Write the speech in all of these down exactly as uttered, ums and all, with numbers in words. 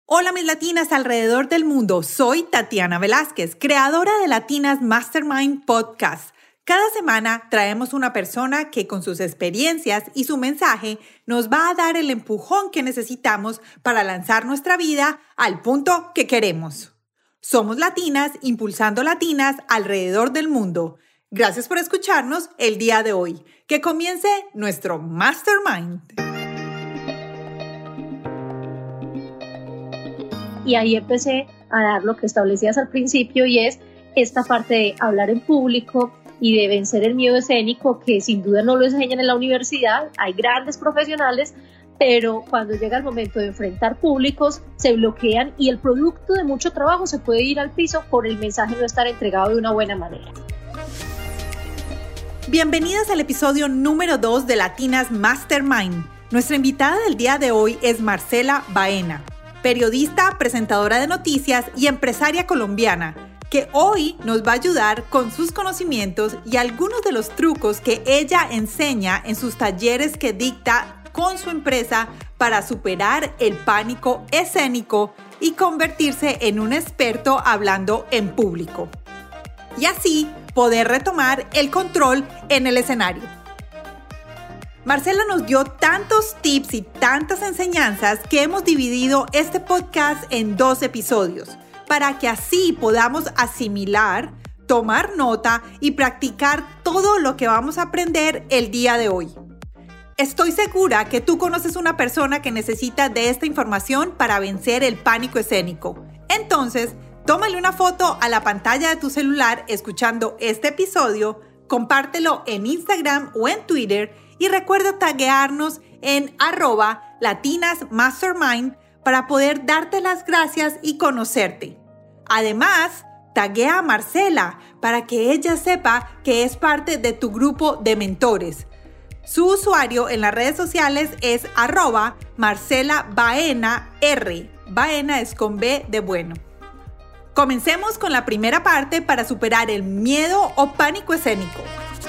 Hola mis latinas alrededor del mundo, soy Tatiana Velázquez, creadora de Latinas Mastermind Podcast. Cada semana traemos una persona que con sus experiencias y su mensaje nos va a dar el empujón que necesitamos para lanzar nuestra vida al punto que queremos. Somos latinas impulsando latinas alrededor del mundo. Gracias por escucharnos el día de hoy. Que comience nuestro Mastermind. Y ahí empecé a dar lo que establecías al principio, y es esta parte de hablar en público y de vencer el miedo escénico, que sin duda no lo enseñan en la universidad. Hay grandes profesionales, pero cuando llega el momento de enfrentar públicos se bloquean y el producto de mucho trabajo se puede ir al piso por el mensaje no estar entregado de una buena manera. Bienvenidas al episodio número dos de Latinas Mastermind. Nuestra invitada del día de hoy es Marcela Baena, periodista, presentadora de noticias y empresaria colombiana, que hoy nos va a ayudar con sus conocimientos y algunos de los trucos que ella enseña en sus talleres que dicta con su empresa para superar el pánico escénico y convertirse en un experto hablando en público. Y así poder retomar el control en el escenario. Marcela nos dio tantos tips y tantas enseñanzas que hemos dividido este podcast en dos episodios para que así podamos asimilar, tomar nota y practicar todo lo que vamos a aprender el día de hoy. Estoy segura que tú conoces una persona que necesita de esta información para vencer el pánico escénico. Entonces, tómale una foto a la pantalla de tu celular escuchando este episodio, compártelo en Instagram o en Twitter y recuerda taguearnos en arroba latinasmastermind para poder darte las gracias y conocerte. Además, taguea a Marcela para que ella sepa que es parte de tu grupo de mentores. Su usuario en las redes sociales es arroba Marcela Baena R. Baena es con B de bueno. Comencemos con la primera parte para superar el miedo o pánico escénico.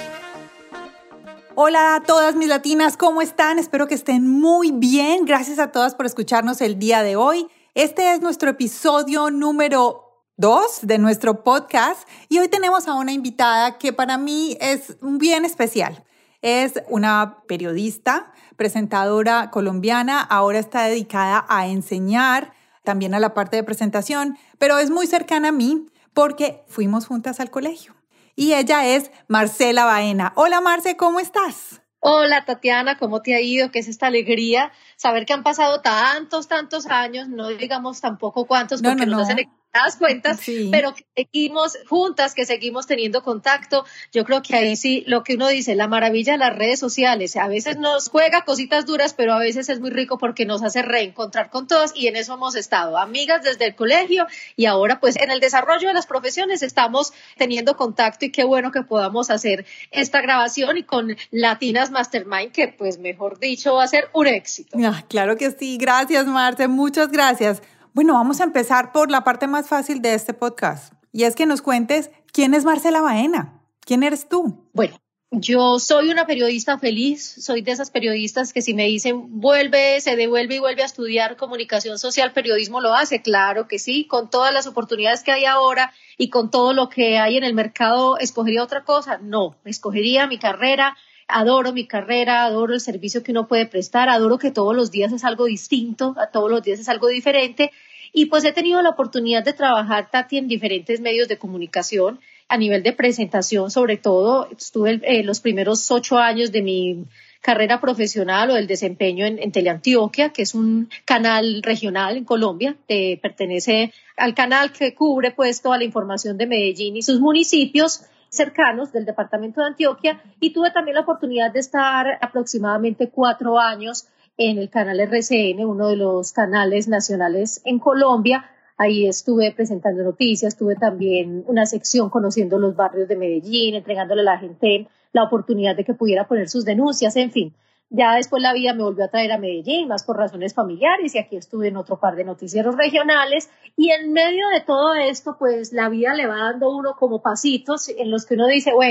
Hola a todas mis latinas, ¿cómo están? Espero que estén muy bien. Gracias a todas por escucharnos el día de hoy. Este es nuestro episodio número dos de nuestro podcast y hoy tenemos a una invitada que para mí es bien especial. Es una periodista, presentadora colombiana, ahora está dedicada a enseñar, también a la parte de presentación, pero es muy cercana a mí porque fuimos juntas al colegio. Y ella es Marcela Baena. Hola Marce, ¿cómo estás? Hola Tatiana, ¿cómo te ha ido? ¿Qué es esta alegría? Saber que han pasado tantos, tantos años, no digamos tampoco cuántos, porque no, no, no. nos hacen las cuentas, sí. Pero que seguimos juntas, que seguimos teniendo contacto. Yo creo que ahí sí, lo que uno dice, la maravilla de las redes sociales, a veces nos juega cositas duras, pero a veces es muy rico porque nos hace reencontrar con todas y en eso hemos estado, amigas desde el colegio y ahora pues en el desarrollo de las profesiones estamos teniendo contacto y qué bueno que podamos hacer esta grabación y con Latinas Mastermind, que pues mejor dicho va a ser un éxito. Ah, claro que sí, gracias Marce, muchas gracias. Bueno, vamos a empezar por la parte más fácil de este podcast y es que nos cuentes quién es Marcela Baena, quién eres tú. Bueno, yo soy una periodista feliz, soy de esas periodistas que si me dicen vuelve, se devuelve y vuelve a estudiar comunicación social, periodismo lo hace, claro que sí, con todas las oportunidades que hay ahora y con todo lo que hay en el mercado, ¿escogería otra cosa? No, escogería mi carrera. Adoro mi carrera, adoro el servicio que uno puede prestar, adoro que todos los días es algo distinto, a todos los días es algo diferente y pues he tenido la oportunidad de trabajar, Tati, en diferentes medios de comunicación a nivel de presentación, sobre todo estuve eh, los primeros ocho años de mi carrera profesional o del desempeño en, en Teleantioquia, que es un canal regional en Colombia, eh, pertenece al canal que cubre pues toda la información de Medellín y sus municipios cercanos del departamento de Antioquia y tuve también la oportunidad de estar aproximadamente cuatro años en el canal R C N, uno de los canales nacionales en Colombia. Ahí estuve presentando noticias, tuve también una sección conociendo los barrios de Medellín, entregándole a la gente la oportunidad de que pudiera poner sus denuncias, en fin. Ya después la vida me volvió a traer a Medellín, más por razones familiares, y aquí estuve en otro par de noticieros regionales. Y en medio de todo esto, pues la vida le va dando uno como pasitos en los que uno dice, bueno,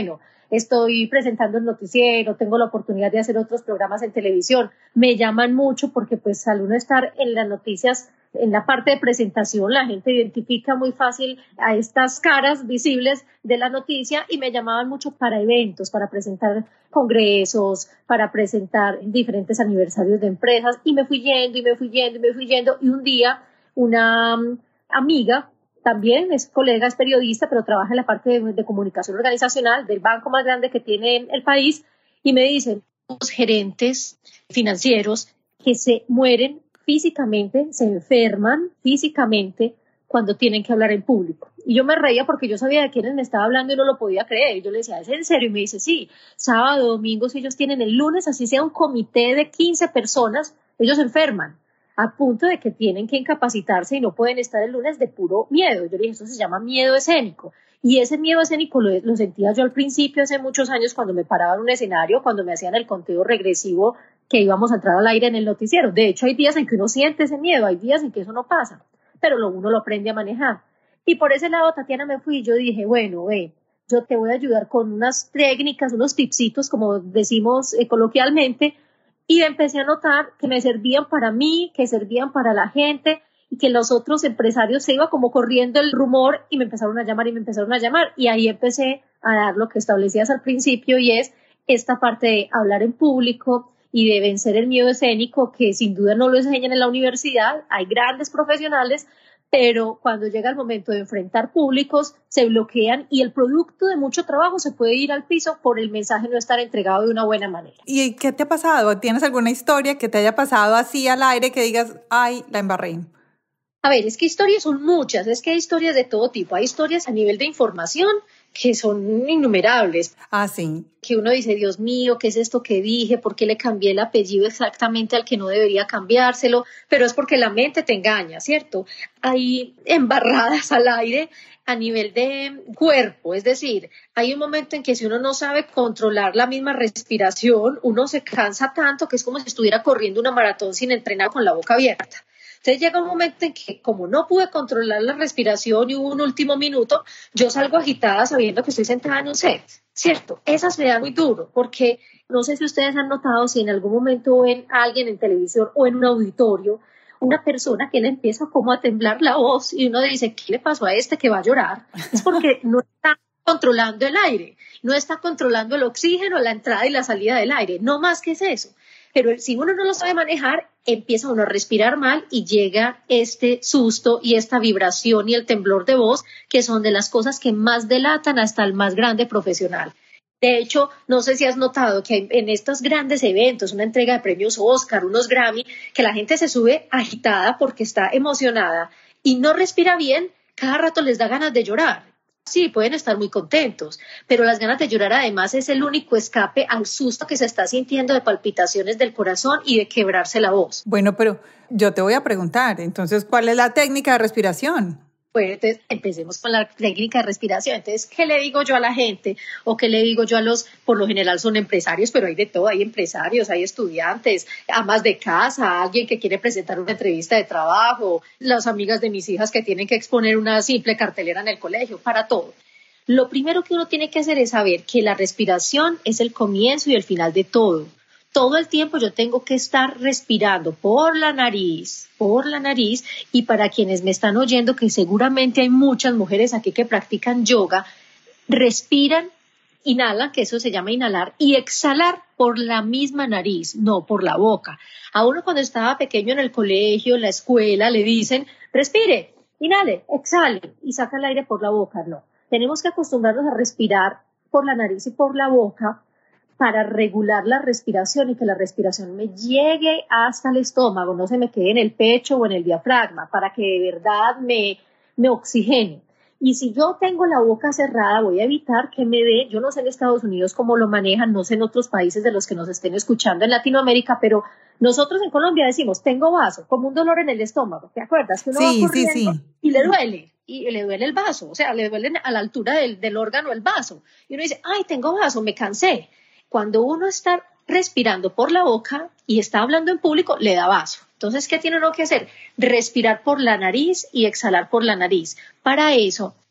estoy presentando el noticiero, tengo la oportunidad de hacer otros programas en televisión. Me llaman mucho porque pues al uno estar en las noticias, en la parte de presentación, la gente identifica muy fácil a estas caras visibles de la noticia y me llamaban mucho para eventos, para presentar congresos, para presentar diferentes aniversarios de empresas y me fui yendo y me fui yendo y me fui yendo y un día una um, amiga, también es colega, es periodista, pero trabaja en la parte de, de comunicación organizacional del banco más grande que tiene el país y me dicen los gerentes financieros que se mueren físicamente, se enferman físicamente cuando tienen que hablar en público. Y yo me reía porque yo sabía de quiénes me estaba hablando y no lo podía creer. Y yo le decía, ¿es en serio? Y me dice, sí, sábado, domingo, si ellos tienen el lunes, así sea un comité de quince personas, ellos se enferman a punto de que tienen que incapacitarse y no pueden estar el lunes de puro miedo. Yo le dije, eso se llama miedo escénico. Y ese miedo escénico lo, lo sentía yo al principio, hace muchos años, cuando me paraba en un escenario, cuando me hacían el conteo regresivo que íbamos a entrar al aire en el noticiero. De hecho, hay días en que uno siente ese miedo, hay días en que eso no pasa, pero lo, uno lo aprende a manejar. Y por ese lado, Tatiana, me fui y yo dije, bueno, ve, yo te voy a ayudar con unas técnicas, unos tipsitos, como decimos eh, coloquialmente, y empecé a notar que me servían para mí, que servían para la gente, y que los otros empresarios se iba como corriendo el rumor y me empezaron a llamar y me empezaron a llamar. Y ahí empecé a dar lo que establecías al principio y es esta parte de hablar en público y de vencer el miedo escénico, que sin duda no lo enseñan en la universidad. Hay grandes profesionales, pero cuando llega el momento de enfrentar públicos se bloquean y el producto de mucho trabajo se puede ir al piso por el mensaje no estar entregado de una buena manera. ¿Y qué te ha pasado? ¿Tienes alguna historia que te haya pasado así al aire que digas, ay, la embarré? A ver, es que historias son muchas, es que hay historias de todo tipo. Hay historias a nivel de información que son innumerables. Ah, sí. Que uno dice, Dios mío, ¿qué es esto que dije? ¿Por qué le cambié el apellido exactamente al que no debería cambiárselo? Pero es porque la mente te engaña, ¿cierto? Hay embarradas al aire a nivel de cuerpo, es decir, hay un momento en que si uno no sabe controlar la misma respiración, uno se cansa tanto que es como si estuviera corriendo una maratón sin entrenar con la boca abierta. Entonces llega un momento en que como no pude controlar la respiración y hubo un último minuto, yo salgo agitada sabiendo que estoy sentada en un set, ¿cierto? Esas me dan muy duro porque no sé si ustedes han notado si en algún momento ven a alguien en televisión o en un auditorio, una persona que le empieza como a temblar la voz y uno dice, ¿qué le pasó a este que va a llorar? Es porque no está controlando el aire, no está controlando el oxígeno, la entrada y la salida del aire, no más que es eso. Pero si uno no lo sabe manejar, empieza uno a respirar mal y llega este susto y esta vibración y el temblor de voz, que son de las cosas que más delatan hasta el más grande profesional. De hecho, no sé si has notado que en estos grandes eventos, una entrega de premios Oscar, unos Grammy, que la gente se sube agitada porque está emocionada y no respira bien, cada rato les da ganas de llorar. Sí, pueden estar muy contentos, pero las ganas de llorar además es el único escape al susto que se está sintiendo de palpitaciones del corazón y de quebrarse la voz. Bueno, pero yo te voy a preguntar, entonces, ¿cuál es la técnica de respiración? Pues entonces, empecemos con la técnica de respiración. Entonces, ¿qué le digo yo a la gente? ¿O qué le digo yo a los, por lo general son empresarios, pero hay de todo, hay empresarios, hay estudiantes, amas de casa, alguien que quiere presentar una entrevista de trabajo, las amigas de mis hijas que tienen que exponer una simple cartelera en el colegio, para todo. Lo primero que uno tiene que hacer es saber que la respiración es el comienzo y el final de todo. Todo el tiempo yo tengo que estar respirando por la nariz, por la nariz, y para quienes me están oyendo, que seguramente hay muchas mujeres aquí que practican yoga, respiran, inhalan, que eso se llama inhalar, y exhalar por la misma nariz, no por la boca. A uno cuando estaba pequeño en el colegio, en la escuela, le dicen, respire, inhale, exhale, y saca el aire por la boca. No, tenemos que acostumbrarnos a respirar por la nariz y por la boca, para regular la respiración y que la respiración me llegue hasta el estómago, no se me quede en el pecho o en el diafragma, para que de verdad me, me oxigene. Y si yo tengo la boca cerrada, voy a evitar que me dé, yo no sé en Estados Unidos cómo lo manejan, no sé en otros países de los que nos estén escuchando en Latinoamérica, pero nosotros en Colombia decimos, tengo vaso, como un dolor en el estómago, ¿te acuerdas? Que uno sí, va corriendo sí, sí. y le duele. Y le duele el vaso, o sea, le duele a la altura del, del órgano el vaso. Y uno dice, ay, tengo vaso, me cansé. Cuando uno está respirando por la boca y está hablando en público, le da vaso. Entonces, ¿qué tiene uno que hacer? Respirar por la nariz y exhalar por la nariz. Para eso,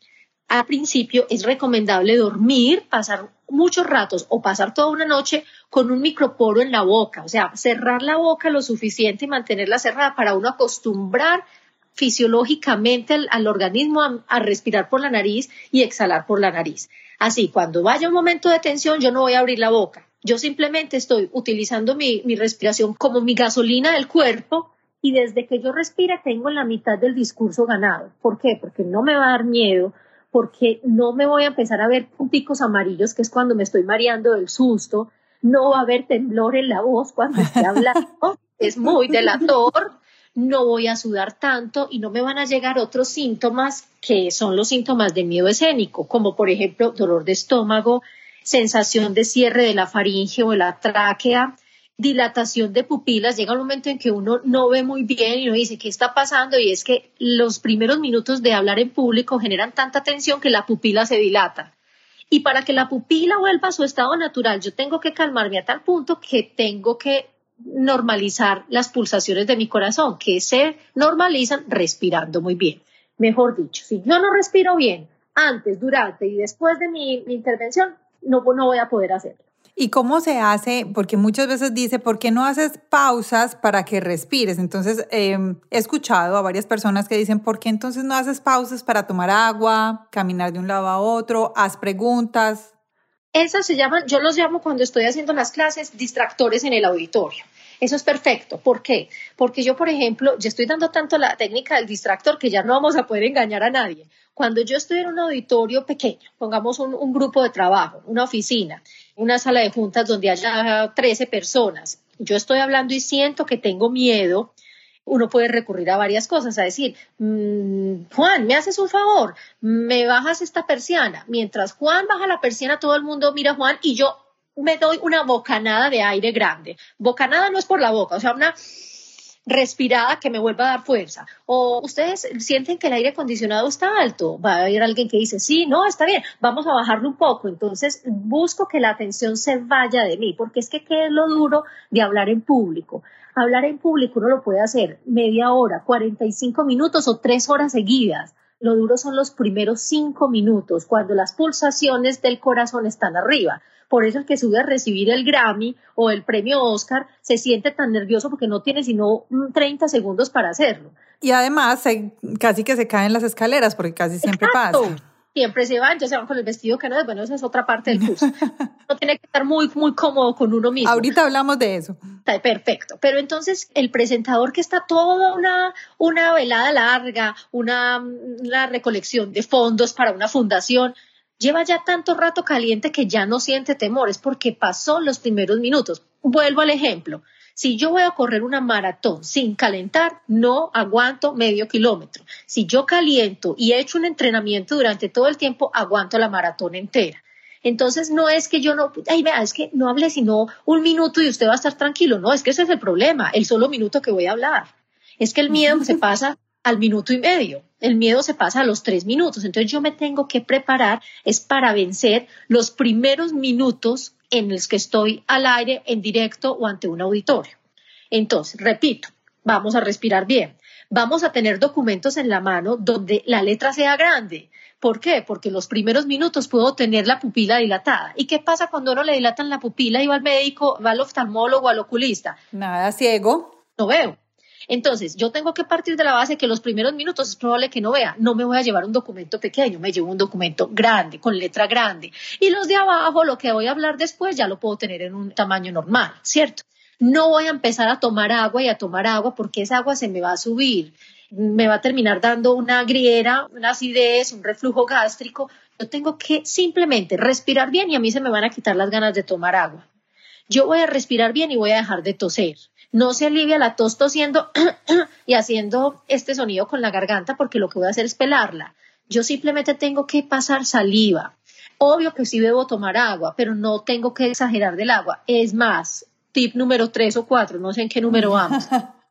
al principio es recomendable dormir, pasar muchos ratos o pasar toda una noche con un microporo en la boca, o sea, cerrar la boca lo suficiente y mantenerla cerrada para uno acostumbrar fisiológicamente al, al organismo a, a respirar por la nariz y exhalar por la nariz. Así, cuando vaya un momento de tensión, yo no voy a abrir la boca. Yo simplemente estoy utilizando mi, mi respiración como mi gasolina del cuerpo y desde que yo respire tengo la mitad del discurso ganado. ¿Por qué? Porque no me va a dar miedo, porque no me voy a empezar a ver punticos amarillos, que es cuando me estoy mareando del susto, no va a haber temblor en la voz cuando esté hablando, es muy delator, no voy a sudar tanto y no me van a llegar otros síntomas que son los síntomas de miedo escénico, como por ejemplo dolor de estómago, sensación de cierre de la faringe o de la tráquea, dilatación de pupilas. Llega un momento en que uno no ve muy bien y uno dice, ¿qué está pasando? Y es que los primeros minutos de hablar en público generan tanta tensión que la pupila se dilata. Y para que la pupila vuelva a su estado natural, yo tengo que calmarme a tal punto que tengo que normalizar las pulsaciones de mi corazón, que se normalizan respirando muy bien. Mejor dicho, si yo no respiro bien antes, durante y después de mi, mi intervención, no, no voy a poder hacerlo. ¿Y cómo se hace? Porque muchas veces dice, ¿por qué no haces pausas para que respires? Entonces, eh, he escuchado a varias personas que dicen, ¿por qué entonces no haces pausas para tomar agua, caminar de un lado a otro, haz preguntas? Esas se llaman, yo los llamo cuando estoy haciendo las clases, distractores en el auditorio. Eso es perfecto. ¿Por qué? Porque yo, por ejemplo, ya estoy dando tanto la técnica del distractor que ya no vamos a poder engañar a nadie. Cuando yo estoy en un auditorio pequeño, pongamos un, un grupo de trabajo, una oficina, una sala de juntas donde haya trece personas, yo estoy hablando y siento que tengo miedo, uno puede recurrir a varias cosas, a decir, mmm, Juan, ¿me haces un favor? ¿Me bajas esta persiana? Mientras Juan baja la persiana, todo el mundo mira a Juan y yo me doy una bocanada de aire grande. Bocanada no es por la boca, o sea, una respirada que me vuelva a dar fuerza. O ustedes sienten que el aire acondicionado está alto, va a haber alguien que dice, sí, no, está bien, vamos a bajarlo un poco. Entonces busco que la atención se vaya de mí, porque es que ¿qué es lo duro de hablar en público? Hablar en público uno lo puede hacer media hora, cuarenta y cinco minutos o tres horas seguidas. Lo duro son los primeros cinco minutos, cuando las pulsaciones del corazón están arriba. Por eso el que sube a recibir el Grammy o el premio Oscar se siente tan nervioso porque no tiene sino treinta segundos para hacerlo. Y además se, casi que se caen las escaleras porque casi siempre Exacto. pasa. Siempre se van, ya se van con el vestido que no es, bueno, esa es otra parte del curso. Uno tiene que estar muy, muy cómodo con uno mismo. Ahorita hablamos de eso. Está perfecto. Pero entonces el presentador que está toda una, una velada larga, una, una recolección de fondos para una fundación, lleva ya tanto rato caliente que ya no siente temores porque pasó los primeros minutos. Vuelvo al ejemplo. Si yo voy a correr una maratón sin calentar, no aguanto medio kilómetro. Si yo caliento y he hecho un entrenamiento durante todo el tiempo, aguanto la maratón entera. Entonces no es que yo no, ay vea, es que no hable sino un minuto y usted va a estar tranquilo. No, es que ese es el problema, el solo minuto que voy a hablar. Es que el miedo se pasa al minuto y medio. El miedo se pasa a los tres minutos. Entonces yo me tengo que preparar es para vencer los primeros minutos en los que estoy al aire, en directo o ante un auditorio. Entonces, repito, vamos a respirar bien. Vamos a tener documentos en la mano donde la letra sea grande. ¿Por qué? Porque los primeros minutos puedo tener la pupila dilatada. ¿Y qué pasa cuando uno le dilatan la pupila y va al médico, va al oftalmólogo, al oculista? Nada, ciego. No veo. Entonces, yo tengo que partir de la base que los primeros minutos es probable que no vea. No me voy a llevar un documento pequeño, me llevo un documento grande, con letra grande. Y los de abajo, lo que voy a hablar después, ya lo puedo tener en un tamaño normal, ¿cierto? No voy a empezar a tomar agua y a tomar agua porque esa agua se me va a subir. Me va a terminar dando una griera, una acidez, un reflujo gástrico. Yo tengo que simplemente respirar bien y a mí se me van a quitar las ganas de tomar agua. Yo voy a respirar bien y voy a dejar de toser. No se alivia la tos tosiendo y haciendo este sonido con la garganta porque lo que voy a hacer es pelarla. Yo simplemente tengo que pasar saliva. Obvio que sí debo tomar agua, pero no tengo que exagerar del agua. Es más, tip número tres o cuatro, no sé en qué número vamos.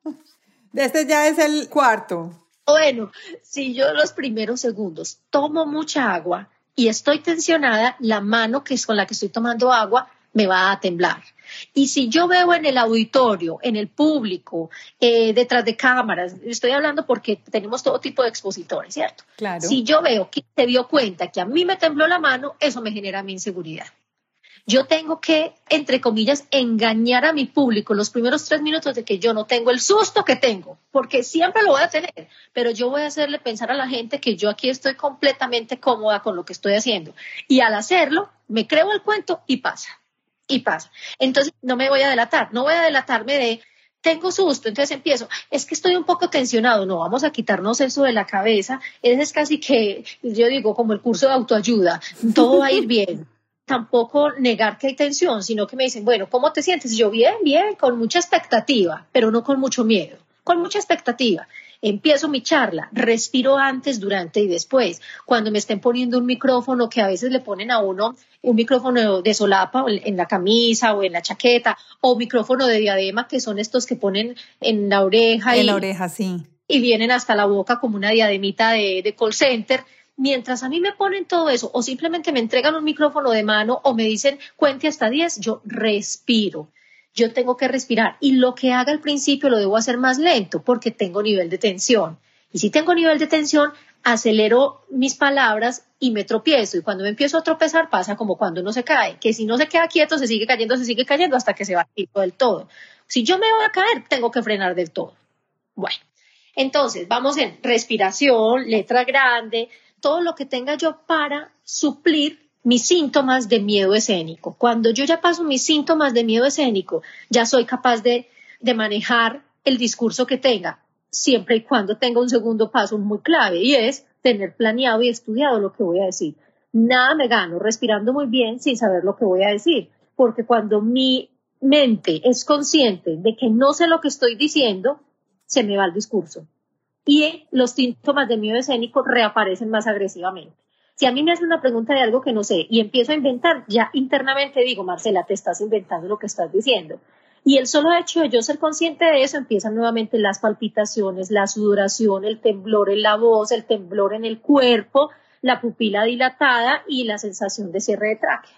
Este ya es el cuarto. Bueno, si yo los primeros segundos tomo mucha agua y estoy tensionada, la mano que es con la que estoy tomando agua me va a temblar. Y si yo veo en el auditorio, en el público, eh, detrás de cámaras, estoy hablando porque tenemos todo tipo de expositores, ¿cierto? Claro. Si yo veo que se dio cuenta que a mí me tembló la mano, eso me genera mi inseguridad. Yo tengo que, entre comillas, engañar a mi público los primeros tres minutos de que yo no tengo el susto que tengo, porque siempre lo voy a tener, pero yo voy a hacerle pensar a la gente que yo aquí estoy completamente cómoda con lo que estoy haciendo. Y al hacerlo, me creo el cuento y pasa, y pasa. Entonces, no me voy a delatar, no voy a delatarme de, tengo susto, entonces empiezo, es que estoy un poco tensionado, no, vamos a quitarnos eso de la cabeza, es casi que, yo digo, como el curso de autoayuda, todo va a ir bien. Tampoco negar que hay tensión, sino que me dicen, bueno, ¿cómo te sientes? Y yo, bien, bien, con mucha expectativa, pero no con mucho miedo, con mucha expectativa. Empiezo mi charla, respiro antes, durante y después. Cuando me estén poniendo un micrófono, que a veces le ponen a uno un micrófono de solapa en la camisa o en la chaqueta, o micrófono de diadema, que son estos que ponen en la oreja. En y, la oreja, sí. Y vienen hasta la boca como una diademita de, de call center. Mientras a mí me ponen todo eso o simplemente me entregan un micrófono de mano o me dicen cuente hasta diez, yo respiro. Yo tengo que respirar y lo que haga al principio lo debo hacer más lento porque tengo nivel de tensión. Y si tengo nivel de tensión, acelero mis palabras y me tropiezo. Y cuando me empiezo a tropezar pasa como cuando uno se cae, que si no se queda quieto se sigue cayendo, se sigue cayendo hasta que se va quieto del todo. Si yo me voy a caer, tengo que frenar del todo. Bueno, entonces vamos en respiración, letra grande, todo lo que tenga yo para suplir mis síntomas de miedo escénico. Cuando yo ya paso mis síntomas de miedo escénico, ya soy capaz de, de manejar el discurso que tenga, siempre y cuando tenga un segundo paso muy clave, y es tener planeado y estudiado lo que voy a decir. Nada me gano respirando muy bien sin saber lo que voy a decir, porque cuando mi mente es consciente de que no sé lo que estoy diciendo, se me va el discurso. Y los síntomas de miedo escénico reaparecen más agresivamente. Si a mí me hacen una pregunta de algo que no sé y empiezo a inventar, ya internamente digo, Marcela, te estás inventando lo que estás diciendo. Y el solo hecho de yo ser consciente de eso, empiezan nuevamente las palpitaciones, la sudoración, el temblor en la voz, el temblor en el cuerpo, la pupila dilatada y la sensación de cierre de tráquea.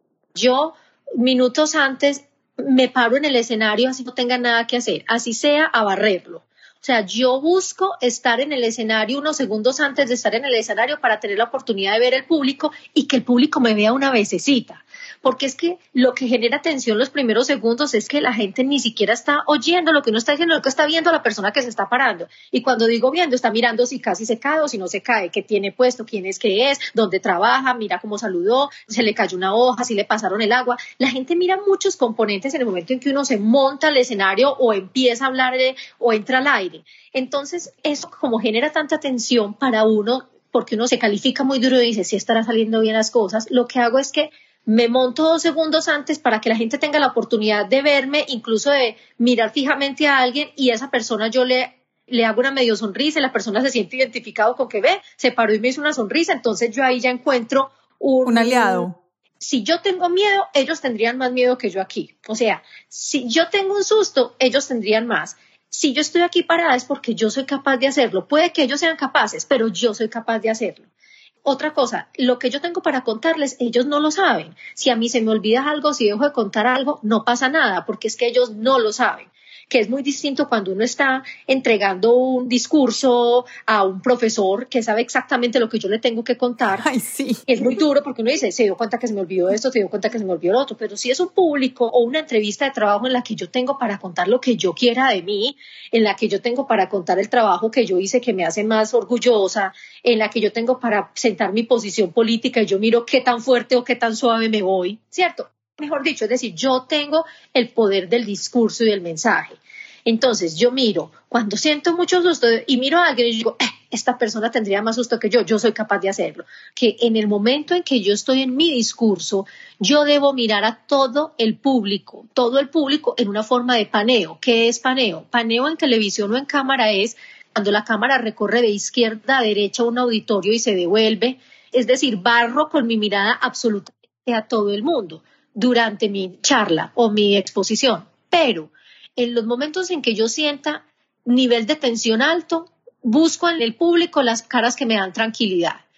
Yo, minutos antes, me paro en el escenario así no tenga nada que hacer, así sea a barrerlo. O sea, yo busco estar en el escenario unos segundos antes de estar en el escenario para tener la oportunidad de ver el público y que el público me vea una vececita. Porque es que lo que genera tensión los primeros segundos es que la gente ni siquiera está oyendo lo que uno está diciendo, lo que está viendo la persona que se está parando. Y cuando digo viendo, está mirando si casi se cae o si no se cae, qué tiene puesto, quién es que es, dónde trabaja, mira cómo saludó, se le cayó una hoja, si le pasaron el agua. La gente mira muchos componentes en el momento en que uno se monta al escenario o empieza a hablar de, o entra al aire. Entonces, eso como genera tanta tensión para uno, porque uno se califica muy duro y dice, si estará saliendo bien las cosas, lo que hago es que me monto dos segundos antes para que la gente tenga la oportunidad de verme, incluso de mirar fijamente a alguien y a esa persona yo le, le hago una medio sonrisa y la persona se siente identificado con que ve, se paró y me hizo una sonrisa, entonces yo ahí ya encuentro un, un aliado. Si yo tengo miedo, ellos tendrían más miedo que yo aquí. O sea, si yo tengo un susto, ellos tendrían más. Si yo estoy aquí parada es porque yo soy capaz de hacerlo. Puede que ellos sean capaces, pero yo soy capaz de hacerlo. Otra cosa, lo que yo tengo para contarles, ellos no lo saben. Si a mí se me olvida algo, si dejo de contar algo, no pasa nada, porque es que ellos no lo saben. Que es muy distinto cuando uno está entregando un discurso a un profesor que sabe exactamente lo que yo le tengo que contar. Ay, sí. Es muy duro porque uno dice, se dio cuenta que se me olvidó esto, se dio cuenta que se me olvidó lo otro, pero si es un público o una entrevista de trabajo en la que yo tengo para contar lo que yo quiera de mí, en la que yo tengo para contar el trabajo que yo hice que me hace más orgullosa, en la que yo tengo para sentar mi posición política y yo miro qué tan fuerte o qué tan suave me voy, ¿cierto? Mejor dicho, es decir, yo tengo el poder del discurso y del mensaje. Entonces yo miro, cuando siento mucho susto y miro a alguien y digo, eh, esta persona tendría más susto que yo, yo soy capaz de hacerlo. Que en el momento en que yo estoy en mi discurso, yo debo mirar a todo el público, todo el público en una forma de paneo. ¿Qué es paneo? Paneo en televisión o en cámara es cuando la cámara recorre de izquierda a derecha un auditorio y se devuelve, es decir, barro con mi mirada absolutamente a todo el mundo durante mi charla o mi exposición, pero en los momentos en que yo sienta nivel de tensión alto, busco en el público las caras que me dan tranquilidad.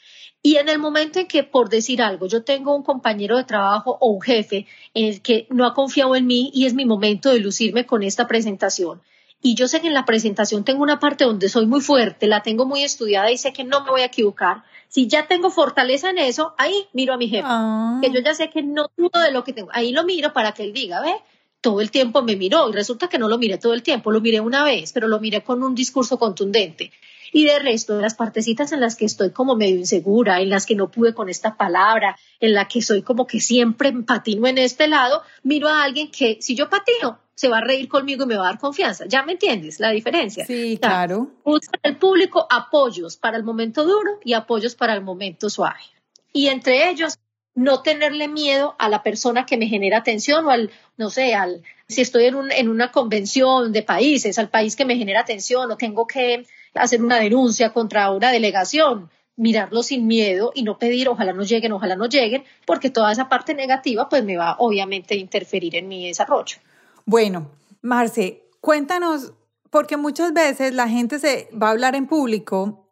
Y en el momento en que, por decir algo, yo tengo un compañero de trabajo o un jefe en el que no ha confiado en mí y es mi momento de lucirme con esta presentación, y yo sé que en la presentación tengo una parte donde soy muy fuerte, la tengo muy estudiada y sé que no me voy a equivocar, si ya tengo fortaleza en eso, ahí miro a mi jefe, oh. que yo ya sé que no dudo de lo que tengo, ahí lo miro para que él diga, ve, todo el tiempo me miró y resulta que no lo miré todo el tiempo, lo miré una vez, pero lo miré con un discurso contundente. Y de resto, de las partecitas en las que estoy como medio insegura, en las que no pude con esta palabra, en la que soy como que siempre patino en este lado, miro a alguien que si yo patino, se va a reír conmigo y me va a dar confianza. ¿Ya me entiendes la diferencia? Sí, claro. Busca el público apoyos para el momento duro y apoyos para el momento suave. Y entre ellos, no tenerle miedo a la persona que me genera tensión o al, no sé, al, si estoy en, un, en una convención de países, al país que me genera tensión o tengo que hacer una denuncia contra una delegación, mirarlo sin miedo y no pedir ojalá no lleguen, ojalá no lleguen, porque toda esa parte negativa pues me va obviamente a interferir en mi desarrollo. Bueno, Marce, cuéntanos, porque muchas veces la gente se va a hablar en público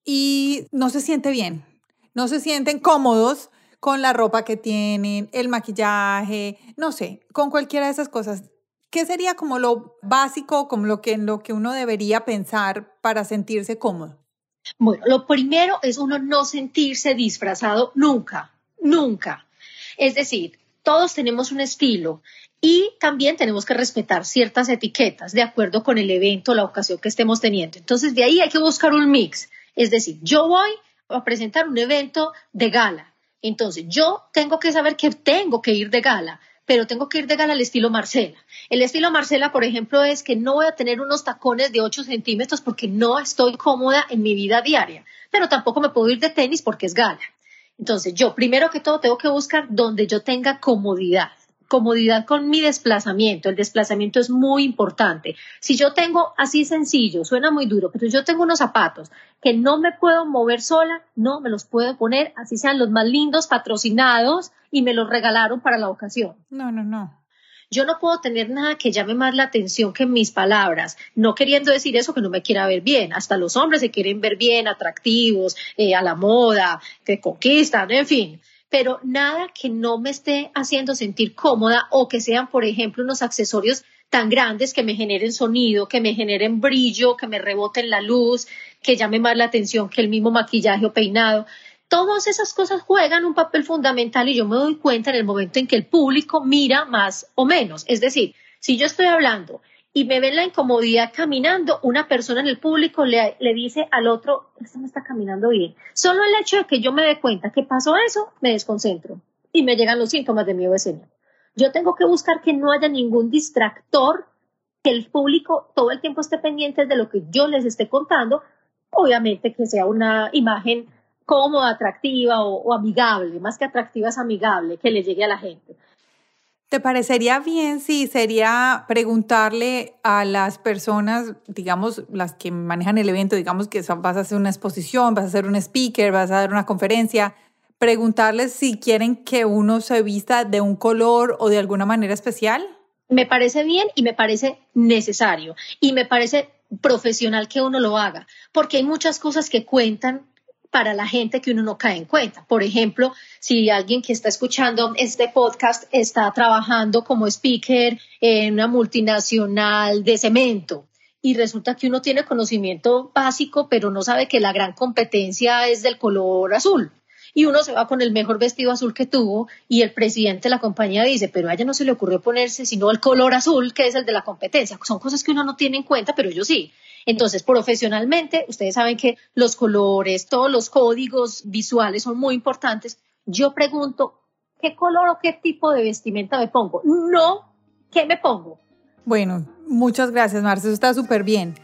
y no se siente bien, no se sienten cómodos con la ropa que tienen, el maquillaje, no sé, con cualquiera de esas cosas. ¿Qué sería como lo básico, como lo que, lo que uno debería pensar para sentirse cómodo? Bueno, lo primero es uno no sentirse disfrazado nunca, nunca. Es decir, todos tenemos un estilo y también tenemos que respetar ciertas etiquetas de acuerdo con el evento, la ocasión que estemos teniendo. Entonces, de ahí hay que buscar un mix. Es decir, yo voy a presentar un evento de gala. Entonces, yo tengo que saber que tengo que ir de gala, pero tengo que ir de gala al estilo Marcela. El estilo Marcela, por ejemplo, es que no voy a tener unos tacones de ocho centímetros porque no estoy cómoda en mi vida diaria, pero tampoco me puedo ir de tenis porque es gala. Entonces, yo primero que todo tengo que buscar donde yo tenga comodidad. Comodidad con mi desplazamiento. El desplazamiento es muy importante. Si yo tengo así sencillo, suena muy duro, pero yo tengo unos zapatos que no me puedo mover sola, no me los puedo poner, así sean los más lindos, patrocinados, y me los regalaron para la ocasión. No, no, no. Yo no puedo tener nada que llame más la atención que mis palabras, no queriendo decir eso que no me quiera ver bien. Hasta los hombres se quieren ver bien, atractivos, eh, a la moda, que conquistan, en fin. Pero nada que no me esté haciendo sentir cómoda o que sean, por ejemplo, unos accesorios tan grandes que me generen sonido, que me generen brillo, que me reboten la luz, que llame más la atención que el mismo maquillaje o peinado. Todas esas cosas juegan un papel fundamental y yo me doy cuenta en el momento en que el público mira más o menos. Es decir, si yo estoy hablando y me ven la incomodidad caminando, una persona en el público le, le dice al otro, esto no está caminando bien. Solo el hecho de que yo me dé cuenta que pasó eso, me desconcentro y me llegan los síntomas de miedo escénico. Yo tengo que buscar que no haya ningún distractor, que el público todo el tiempo esté pendiente de lo que yo les esté contando, obviamente que sea una imagen cómoda, atractiva o, o amigable, más que atractiva es amigable, que le llegue a la gente. ¿Te parecería bien si sería preguntarle a las personas, digamos, las que manejan el evento, digamos que vas a hacer una exposición, vas a hacer un speaker, vas a dar una conferencia, preguntarles si quieren que uno se vista de un color o de alguna manera especial? Me parece bien y me parece necesario y me parece profesional que uno lo haga, porque hay muchas cosas que cuentan para la gente que uno no cae en cuenta. Por ejemplo, si alguien que está escuchando este podcast está trabajando como speaker en una multinacional de cemento y resulta que uno tiene conocimiento básico, pero no sabe que la gran competencia es del color azul. Y uno se va con el mejor vestido azul que tuvo y el presidente de la compañía dice, pero a ella no se le ocurrió ponerse sino el color azul, que es el de la competencia. Son cosas que uno no tiene en cuenta, pero yo sí. Entonces, profesionalmente, ustedes saben que los colores, todos los códigos visuales son muy importantes. Yo pregunto, ¿qué color o qué tipo de vestimenta me pongo? No, ¿qué me pongo? Bueno, muchas gracias, Marce, eso está súper bien.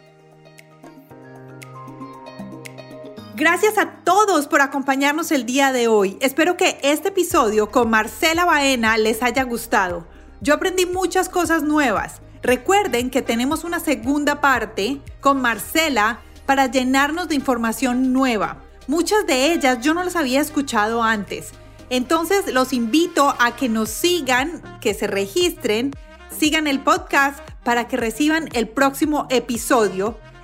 Gracias a todos por acompañarnos el día de hoy. Espero que este episodio con Marcela Baena les haya gustado. Yo aprendí muchas cosas nuevas. Recuerden que tenemos una segunda parte con Marcela para llenarnos de información nueva. Muchas de ellas yo no las había escuchado antes. Entonces los invito a que nos sigan, que se registren, sigan el podcast para que reciban el próximo episodio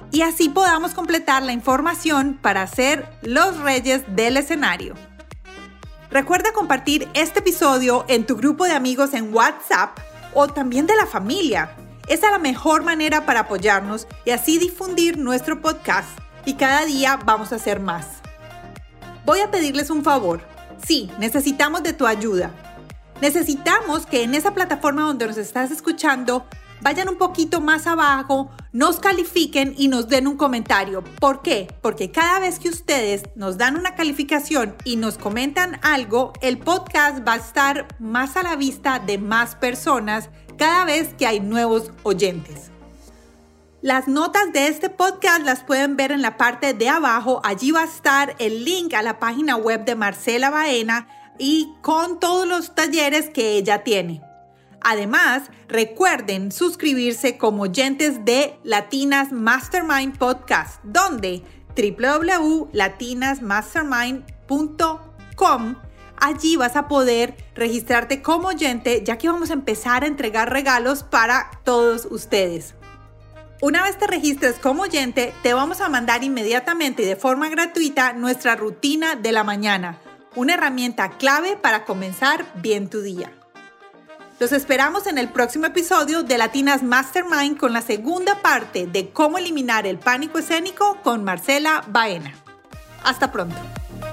y así podamos completar la información para ser los reyes del escenario. Recuerda compartir este episodio en tu grupo de amigos en WhatsApp o también de la familia. Esa es la mejor manera para apoyarnos y así difundir nuestro podcast, y cada día vamos a hacer más. Voy a pedirles un favor. Sí, necesitamos de tu ayuda. Necesitamos que en esa plataforma donde nos estás escuchando vayan un poquito más abajo, nos califiquen y nos den un comentario. ¿Por qué? Porque cada vez que ustedes nos dan una calificación y nos comentan algo, el podcast va a estar más a la vista de más personas cada vez que hay nuevos oyentes. Las notas de este podcast las pueden ver en la parte de abajo. Allí va a estar el link a la página web de Marcela Baena y con todos los talleres que ella tiene. Además, recuerden suscribirse como oyentes de Latinas Mastermind Podcast, donde w w w punto latinas mastermind punto com. Allí vas a poder registrarte como oyente, ya que vamos a empezar a entregar regalos para todos ustedes. Una vez te registres como oyente, te vamos a mandar inmediatamente y de forma gratuita nuestra rutina de la mañana, una herramienta clave para comenzar bien tu día. Los esperamos en el próximo episodio de Latinas Mastermind con la segunda parte de cómo eliminar el pánico escénico con Marcela Baena. Hasta pronto.